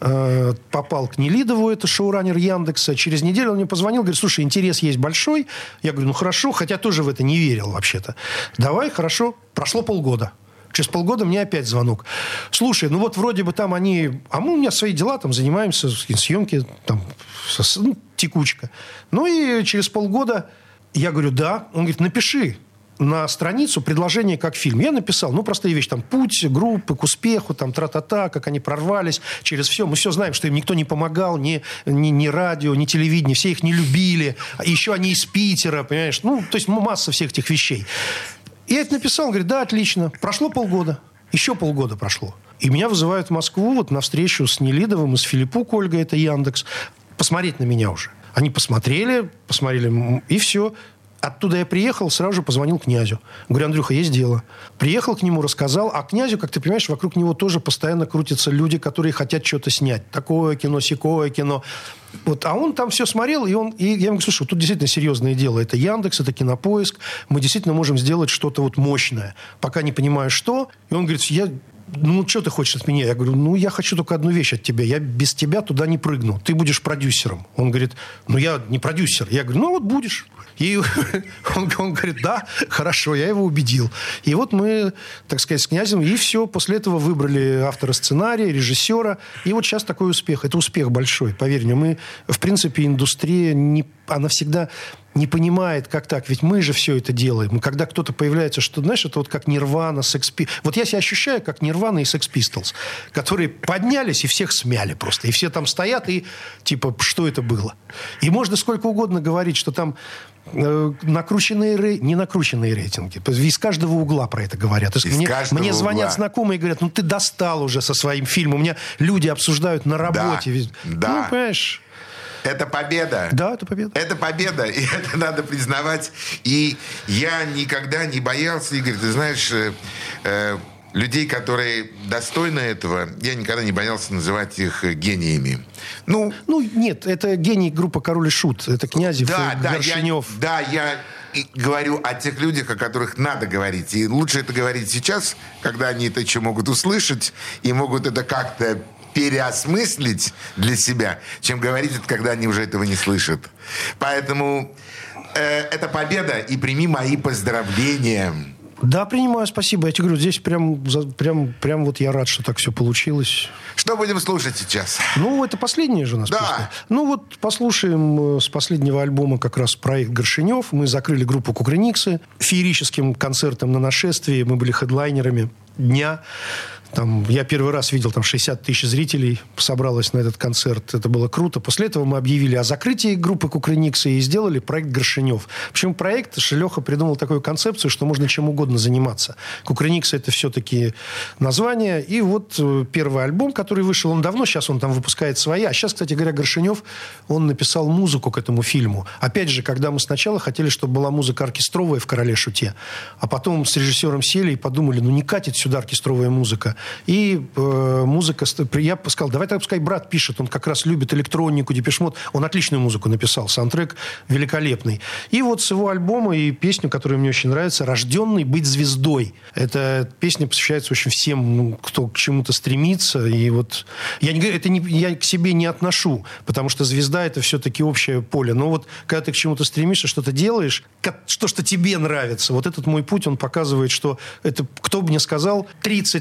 э, попал к Нелидову, это шоураннер Яндекса. Через неделю он мне позвонил, говорит, слушай, интерес есть большой. Я говорю, ну хорошо, хотя тоже в это не верил вообще-то. Давай, хорошо. Прошло полгода. Через полгода мне опять звонок. Слушай, ну вот вроде бы там они... А мы у меня свои дела, там занимаемся, съемки, там, ну, текучка. Ну и через полгода я говорю, да. Он говорит, напиши на страницу предложение как фильм. Я написал, ну, простые вещи, там, путь группы к успеху, там, тра-та-та, как они прорвались через все. Мы все знаем, что им никто не помогал, ни, ни, ни радио, ни телевидение, все их не любили. Еще они из Питера, понимаешь? Ну, то есть масса всех этих вещей. И я это написал, он говорит, да, отлично. Прошло полгода. Еще полгода прошло. И меня вызывают в Москву вот на встречу с Нелидовым и с Филиппук Ольгой, это Яндекс, посмотреть на меня уже. Они посмотрели, посмотрели, и все. Оттуда я приехал, сразу же позвонил князю. Говорю, Андрюха, есть дело. Приехал к нему, рассказал. А князю, как ты понимаешь, вокруг него тоже постоянно крутятся люди, которые хотят что-то снять. Такое кино, сякое кино. Вот, а он там все смотрел, и, он, и я ему говорю, слушай, тут действительно серьезное дело. Это Яндекс, это Кинопоиск. Мы действительно можем сделать что-то вот мощное. Пока не понимаю, что. И он говорит, я... Ну, что ты хочешь от меня? Я говорю, ну, я хочу только одну вещь от тебя. Я без тебя туда не прыгну. Ты будешь продюсером. Он говорит, ну, я не продюсер. Я говорю, ну, вот будешь. И он, он говорит, да, хорошо, я его убедил. И вот мы, так сказать, с князем, и все, после этого выбрали автора сценария, режиссера. И вот сейчас такой успех. Это успех большой, поверь мне. Мы, в принципе, индустрия, не, она всегда... не понимает, как так. Ведь мы же все это делаем. И когда кто-то появляется, что, знаешь, это вот как Нирвана, Sex Pistols. Вот я себя ощущаю, как Нирвана и Sex Pistols, которые поднялись и всех смяли просто. И все там стоят, и типа, что это было? И можно сколько угодно говорить, что там э, накрученные, рей... не накрученные рейтинги. Из каждого угла про это говорят. Из мне, мне звонят угла. Знакомые и говорят, ну ты достал уже со своим фильмом. У меня люди обсуждают на работе. Да, да. Ну, понимаешь... Это победа. Да, это победа. Это победа, и это надо признавать. И я никогда не боялся, Игорь, ты знаешь, э, э, людей, которые достойны этого, я никогда не боялся называть их гениями. Ну, ну нет, это гений группы «Король и Шут». Это Князев, да, да, Горшенев. Я, да, я и говорю о тех людях, о которых надо говорить. И лучше это говорить сейчас, когда они это еще могут услышать и могут это как-то переосмыслить для себя, чем говорить это, когда они уже этого не слышат. Поэтому э, это победа, и прими мои поздравления. Да, принимаю, спасибо. Я тебе говорю, здесь прям, прям, прям вот я рад, что так все получилось. Что будем слушать сейчас? Ну, это последнее же у нас. Да. Песня. Ну, вот послушаем с последнего альбома как раз проект «Горшенев». Мы закрыли группу «Кукрыниксы» феерическим концертом на нашествии. Мы были хедлайнерами дня. Там, я первый раз видел, там шестьдесят тысяч зрителей собралось на этот концерт. Это было круто. После этого мы объявили о закрытии группы «Кукрыниксы» и сделали проект «Горшенев». Почему проект? Леха придумал такую концепцию, что можно чем угодно заниматься. «Кукрыниксы» — это все-таки название. И вот первый альбом, который вышел, он давно, сейчас он там выпускает свои. А сейчас, кстати говоря, Горшенев, он написал музыку к этому фильму. Опять же, когда мы сначала хотели, чтобы была музыка оркестровая в «Короле Шуте», а потом с режиссером сели и подумали, ну не катит сюда оркестровая музыка. И э, музыка... Я сказал, давай так пускай брат пишет. Он как раз любит электронику, Депеш Мод. Он отличную музыку написал. Саундтрек великолепный. И вот с его альбома и песню, которая мне очень нравится, «Рожденный быть звездой». Эта песня посвящается очень всем, ну, кто к чему-то стремится. И вот... Я, не, это не, я к себе не отношу, потому что звезда — это все-таки общее поле. Но вот когда ты к чему-то стремишься, что-то делаешь, что, что тебе нравится. Вот этот мой путь, он показывает, что это... Кто бы мне сказал тридцать лет назад,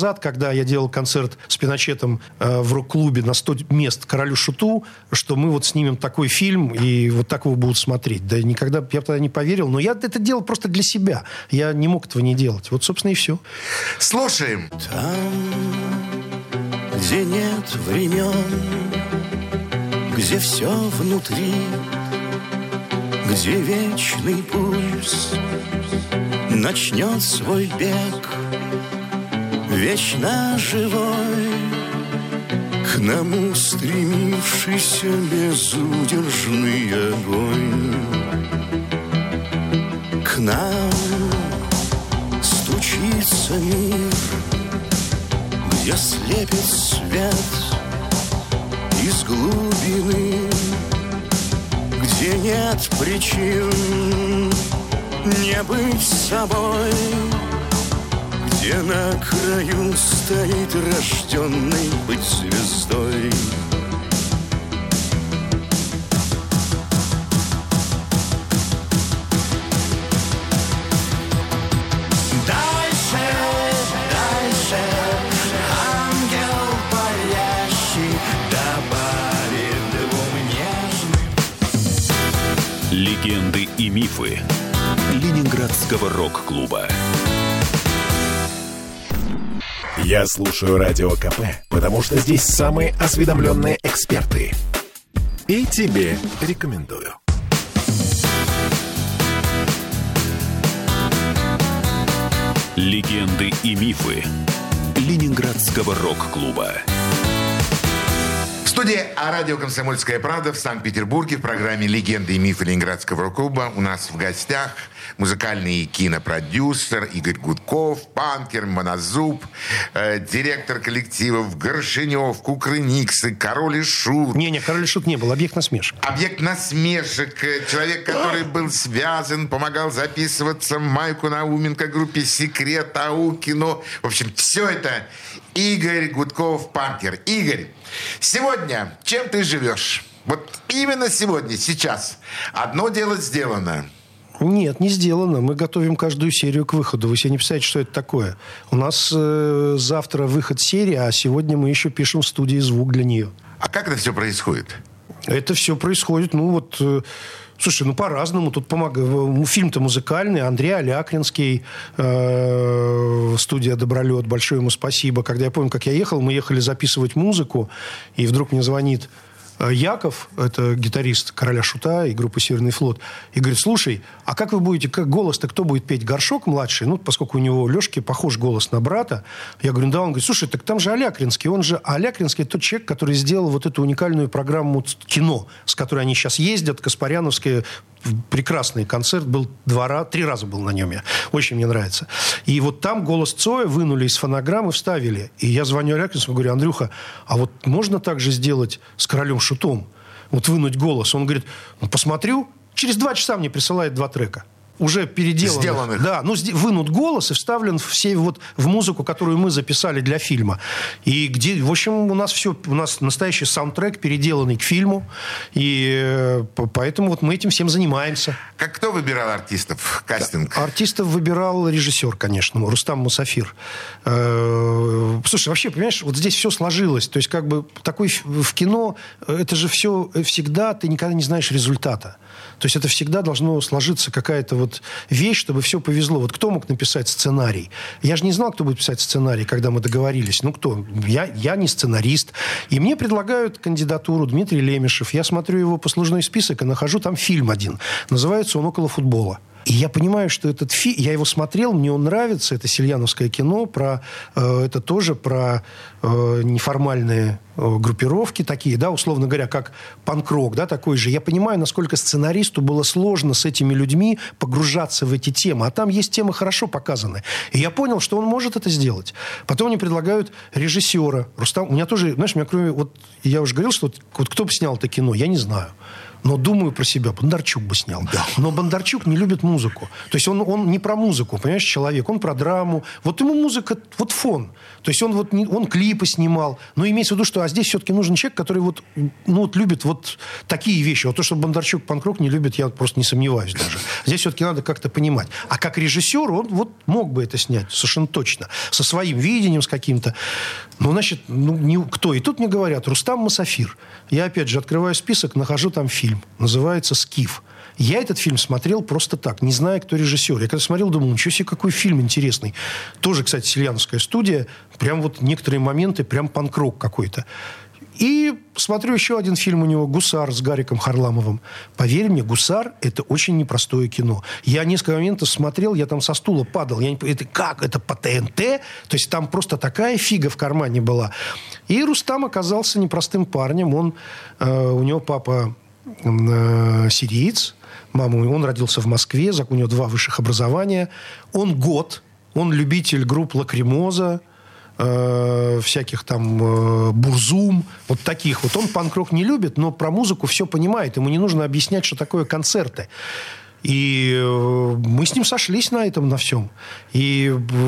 назад, когда я делал концерт с Пиночетом э, в рок-клубе на сто мест «Королю Шуту», что мы вот снимем такой фильм, и вот так его будут смотреть. Да никогда, я тогда не поверил, но я это делал просто для себя. Я не мог этого не делать. Вот, собственно, и все. Слушаем. Там, где нет времен, где все внутри, где вечный пульс начнет свой бег, вечно живой, к нам устремившийся безудержный огонь. К нам стучится мир, где слепит свет из глубины, где нет причин не быть собой, где на краю стоит рожденный быть звездой. Легенды и мифы Ленинградского рок-клуба. Я слушаю Радио КП, потому что здесь самые осведомленные эксперты. И тебе рекомендую. Легенды и мифы Ленинградского рок-клуба. В студии радио «Комсомольская правда» в Санкт-Петербурге в программе «Легенды и мифы Ленинградского рок-клуба» у нас в гостях музыкальный кинопродюсер Игорь Гудков, панкер, монозуб, э, директор коллективов Горшенев, Кукрыниксы, Король и Шут. Не-не, Король и Шут не был, объект насмешек. Объект насмешек. Человек, который был связан, помогал записываться Майку Науменко, группе «Секрет», Аукино. В общем, все это Игорь Гудков, панкер. Игорь, сегодня чем ты живешь? Вот именно сегодня, сейчас. Одно дело сделано. Нет, не сделано. Мы готовим каждую серию к выходу. Вы себе не представляете, что это такое. У нас э, завтра выход серии, а сегодня мы еще пишем в студии звук для нее. А как это все происходит? Это все происходит, ну вот... Э, Слушай, ну по-разному. Тут помогает. Фильм-то музыкальный. Андрей Алякринский, э, студия «Добролет». Большое ему спасибо. Когда я помню, как я ехал, мы ехали записывать музыку, и вдруг мне звонит Яков, это гитарист «Короля Шута» и группы «Северный флот», и говорит: слушай, а как вы будете, как голос-то кто будет петь? Горшок младший? Ну, поскольку у него у Лешки похож голос на брата. Я говорю: да. Он говорит: слушай, так там же Алякринский. Он же Алякринский, тот человек, который сделал вот эту уникальную программу кино, с которой они сейчас ездят, Каспаряновская. Прекрасный концерт был, два раза, три раза был на нем я. Очень мне нравится. И вот там голос Цоя вынули из фонограммы, вставили. И я звоню Алякринскому, говорю: Андрюха, а вот можно так же сделать с Королем Шутом? Вот вынуть голос. Он говорит: ну, посмотрю. Через два часа мне присылает два трека. Уже переделанных. Сделанных. Да, ну, вынут голос и вставлен все вот в музыку, которую мы записали для фильма. И где, в общем, у нас все, у нас настоящий саундтрек, переделанный к фильму. И поэтому вот мы этим всем занимаемся. Как кто выбирал артистов? Кастинг? Артистов выбирал режиссер, конечно, Рустам Мусафир. Слушай, вообще, понимаешь, вот здесь все сложилось. То есть, как бы, такой в кино, это же все всегда, ты никогда не знаешь результата. То есть это всегда должно сложиться какая-то вот вещь, чтобы все повезло. Вот кто мог написать сценарий? Я же не знал, кто будет писать сценарий, когда мы договорились. Ну, кто? Я, я не сценарист. И мне предлагают кандидатуру Дмитрий Лемешев. Я смотрю его послужной список и нахожу там фильм один. Называется он «Около футбола». И я понимаю, что этот фильм... Я его смотрел, мне он нравится. Это сельяновское кино. Про, э, это тоже про э, неформальные э, группировки такие, да, условно говоря, как панк-рок, да, такой же. Я понимаю, насколько сценаристу было сложно с этими людьми погружаться в эти темы. А там есть темы хорошо показаны. И я понял, что он может это сделать. Потом мне предлагают режиссера. Рустам... У меня тоже, знаешь, у меня кроме... Вот я уже говорил, что вот, вот кто бы снял это кино, я не знаю. Но думаю про себя, Бондарчук бы снял. Да. Но Бондарчук не любит музыку. То есть он, он не про музыку, понимаешь, человек, он про драму. Вот ему музыка, вот фон. То есть он, вот, не, он клипы снимал. Но имеется в виду, что а здесь все-таки нужен человек, который вот, ну, вот любит вот такие вещи. Вот то, что Бондарчук панк-рок не любит, я просто не сомневаюсь даже. Здесь все-таки надо как-то понимать. А как режиссер он вот мог бы это снять совершенно точно. Со своим видением, с каким-то. Ну, значит, ну, не, кто? И тут мне говорят, Рустам Мусафир. Я, опять же, открываю список, нахожу там фильм. Называется «Скиф». Я этот фильм смотрел просто так, не зная, кто режиссер. Я когда смотрел, думал, ничего себе, какой фильм интересный. Тоже, кстати, сельяновская студия. Прям вот некоторые моменты, прям панк-рок какой-то. И смотрю еще один фильм у него «Гусар» с Гариком Харламовым. Поверь мне, «Гусар» — это очень непростое кино. Я несколько моментов смотрел, я там со стула падал. Я не... Это как? Это по ТНТ? То есть там просто такая фига в кармане была. И Рустам оказался непростым парнем. Он, э, у него папа э, сириец, мама, он родился в Москве, у него два высших образования. Он год, он любитель групп «Лакримоза», Э, всяких там э, Бурзум, вот таких вот. Он панк-рок не любит, но про музыку все понимает. Ему не нужно объяснять, что такое концерты. И э, мы с ним сошлись на этом, на всем. И,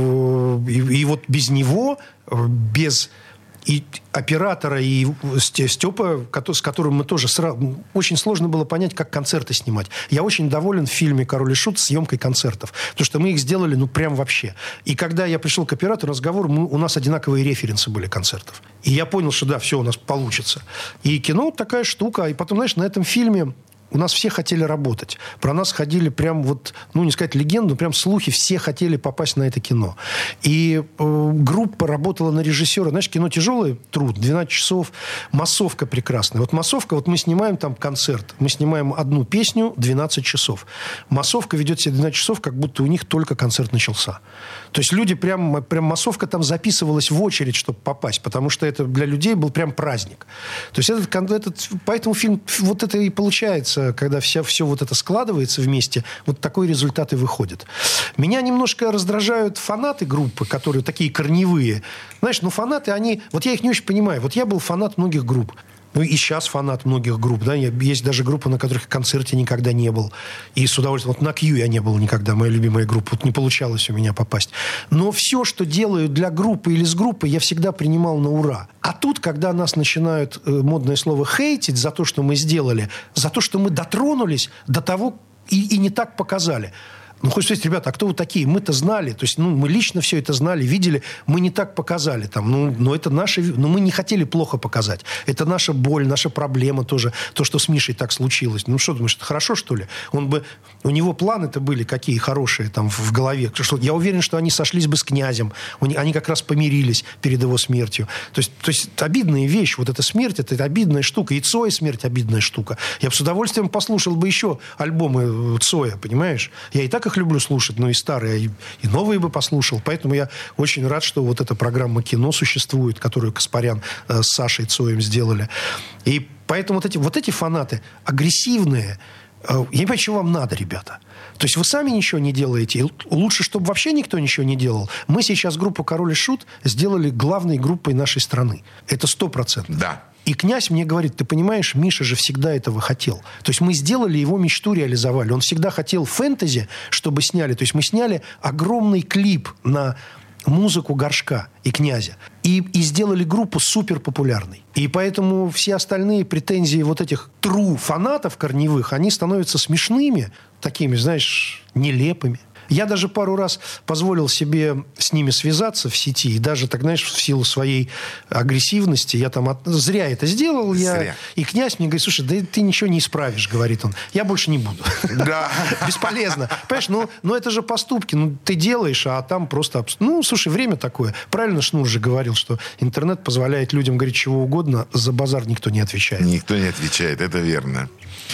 э, и, и вот без него, э, без и оператора, и Степа, с которым мы тоже сразу... Очень сложно было понять, как концерты снимать. Я очень доволен в фильме «Король и Шут» съемкой концертов. Потому что мы их сделали, ну, прям вообще. И когда я пришел к оператору, разговор, мы, у нас одинаковые референсы были концертов. И я понял, что да, все у нас получится. И кино такая штука. И потом, знаешь, на этом фильме... У нас все хотели работать. Про нас ходили прям вот, ну, не сказать легенду, но прям слухи. Все хотели попасть на это кино. И э, группа работала на режиссера. Знаешь, кино тяжелый труд, двенадцать часов. Массовка прекрасная. Вот массовка, вот мы снимаем там концерт. Мы снимаем одну песню двенадцать часов. Массовка ведет себя двенадцать часов, как будто у них только концерт начался. То есть люди прям, прям массовка там записывалась в очередь, чтобы попасть. Потому что это для людей был прям праздник. То есть этот, этот, поэтому фильм вот это и получается, когда вся, все вот это складывается вместе, вот такой результат и выходит. Меня немножко раздражают фанаты группы, которые такие корневые. Знаешь, ну фанаты, они... Вот я их не очень понимаю. Вот я был фанат многих групп. Ну и сейчас фанат многих групп. Да? Есть даже группы, на которых в концерте никогда не был. И с удовольствием... Вот на Q я не был никогда, моя любимая группа. Вот не получалось у меня попасть. Но все, что делаю для группы или с группой, я всегда принимал на ура. А тут, когда нас начинают, э, модное слово, хейтить за то, что мы сделали, за то, что мы дотронулись до того и, и не так показали... Ну, хоть сказать, ребята, а кто вы такие? Мы-то знали, то есть, ну, мы лично все это знали, видели, мы не так показали там, ну, но это наши, ну, мы не хотели плохо показать. Это наша боль, наша проблема тоже, то, что с Мишей так случилось. Ну, что думаешь, это хорошо, что ли? Он бы, у него планы-то были какие хорошие там в голове. Что, я уверен, что они сошлись бы с князем, они как раз помирились перед его смертью. То есть, то есть обидная вещь, вот эта смерть, это обидная штука, и Цоя смерть обидная штука. Я бы с удовольствием послушал бы еще альбомы Цоя, понимаешь? Я и так их люблю слушать, но и старые, и, и новые бы послушал. Поэтому я очень рад, что вот эта программа «Кино» существует, которую Каспарян э, с Сашей Цоем сделали. И поэтому вот эти, вот эти фанаты агрессивные, э, я не понимаю, чего вам надо, ребята. То есть вы сами ничего не делаете. Лучше, чтобы вообще никто ничего не делал. Мы сейчас группу «Король и Шут» сделали главной группой нашей страны. Это сто процентов. Да. И князь мне говорит, ты понимаешь, Миша же всегда этого хотел. То есть мы сделали его мечту, реализовали. Он всегда хотел фэнтези, чтобы сняли. То есть мы сняли огромный клип на музыку Горшка и Князя. И, и сделали группу супер популярной. И поэтому все остальные претензии вот этих тру фанатов корневых, они становятся смешными, такими, знаешь, нелепыми. Я даже пару раз позволил себе с ними связаться в сети, и даже, так знаешь, в силу своей агрессивности, я там от... зря это сделал, я... Зря. И князь мне говорит, слушай, да ты ничего не исправишь, говорит он, я больше не буду. Да. Бесполезно. Понимаешь, ну, ну это же поступки, ну ты делаешь, а там просто... Ну, слушай, время такое. Правильно Шнур же говорил, что интернет позволяет людям говорить чего угодно, за базар никто не отвечает. Никто не отвечает, это верно.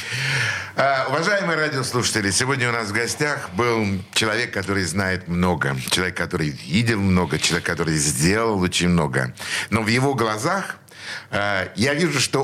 А, уважаемые радиослушатели, сегодня у нас в гостях был человек, который знает много, человек, который видел много, человек, который сделал очень много. Но в его глазах а, я вижу, что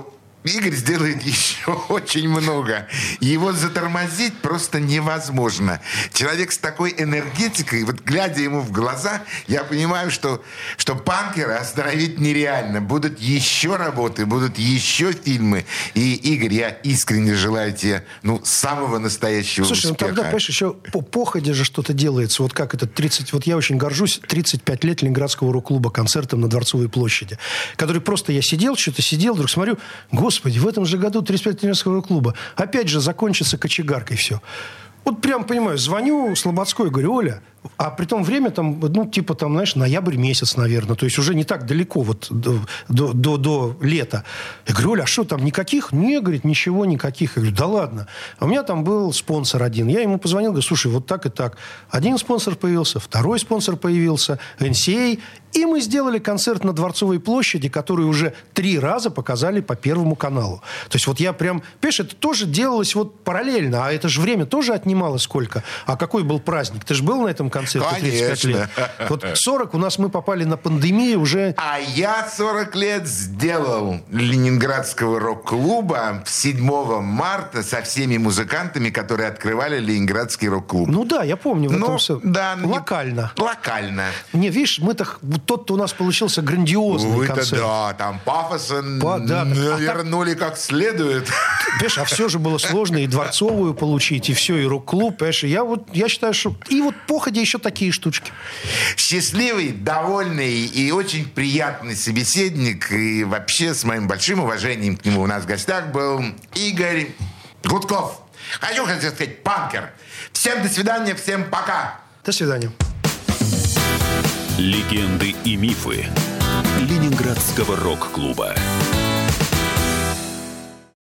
Игорь сделает еще очень много. Его затормозить просто невозможно. Человек с такой энергетикой, вот глядя ему в глаза, я понимаю, что, что панкера остановить нереально. Будут еще работы, будут еще фильмы. И, Игорь, я искренне желаю тебе, ну, самого настоящего Слушай, успеха. ну тогда, понимаешь, еще по походе же что-то делается. Вот как это тридцать... Вот я очень горжусь тридцать пять лет Ленинградского рок-клуба концертом на Дворцовой площади, который просто я сидел, что-то сидел, вдруг смотрю, господи, в этом же году тридцать пять лет Ленинградского рок-клуба. Опять же закончится кочегаркой все. Вот прям понимаю, звоню Слободской, говорю, Оля, а при том время там, ну, типа там, знаешь, ноябрь месяц, наверное, то есть уже не так далеко вот до, до, до, до лета. Я говорю, Оля, а что там, никаких? Не, говорит, ничего, никаких. Я говорю, да ладно. А у меня там был спонсор один. Я ему позвонил, говорю, слушай, вот так и так. Один спонсор появился, второй спонсор появился, эн си эй. И мы сделали концерт на Дворцовой площади, который уже три раза показали по Первому каналу. То есть вот я прям... Понимаешь, это тоже делалось вот параллельно. А это же время тоже отнимало сколько. А какой был праздник? Ты же был на этом концерте тридцать пять лет? Вот сорок у нас мы попали на пандемию уже... А я сорок лет сделал Ленинградского рок-клуба седьмого марта со всеми музыкантами, которые открывали Ленинградский рок-клуб. Ну да, я помню. В ну, этом все... да, локально. Не... Локально. Не, видишь, мы-то... Тот-то у нас получился грандиозный Вы-то концерт. Да, там пафоса По, да, навернули а так... как следует. Понимаешь, а все же было сложно и Дворцовую получить, и все, и рок-клуб. Понимаешь, я вот, я считаю, что... И вот походе еще такие штучки. Счастливый, довольный и очень приятный собеседник. И вообще с моим большим уважением к нему у нас в гостях был Игорь Гудков. Хочу, хотел сказать, панкер. Всем до свидания, всем пока. До свидания. Легенды и мифы Ленинградского рок-клуба.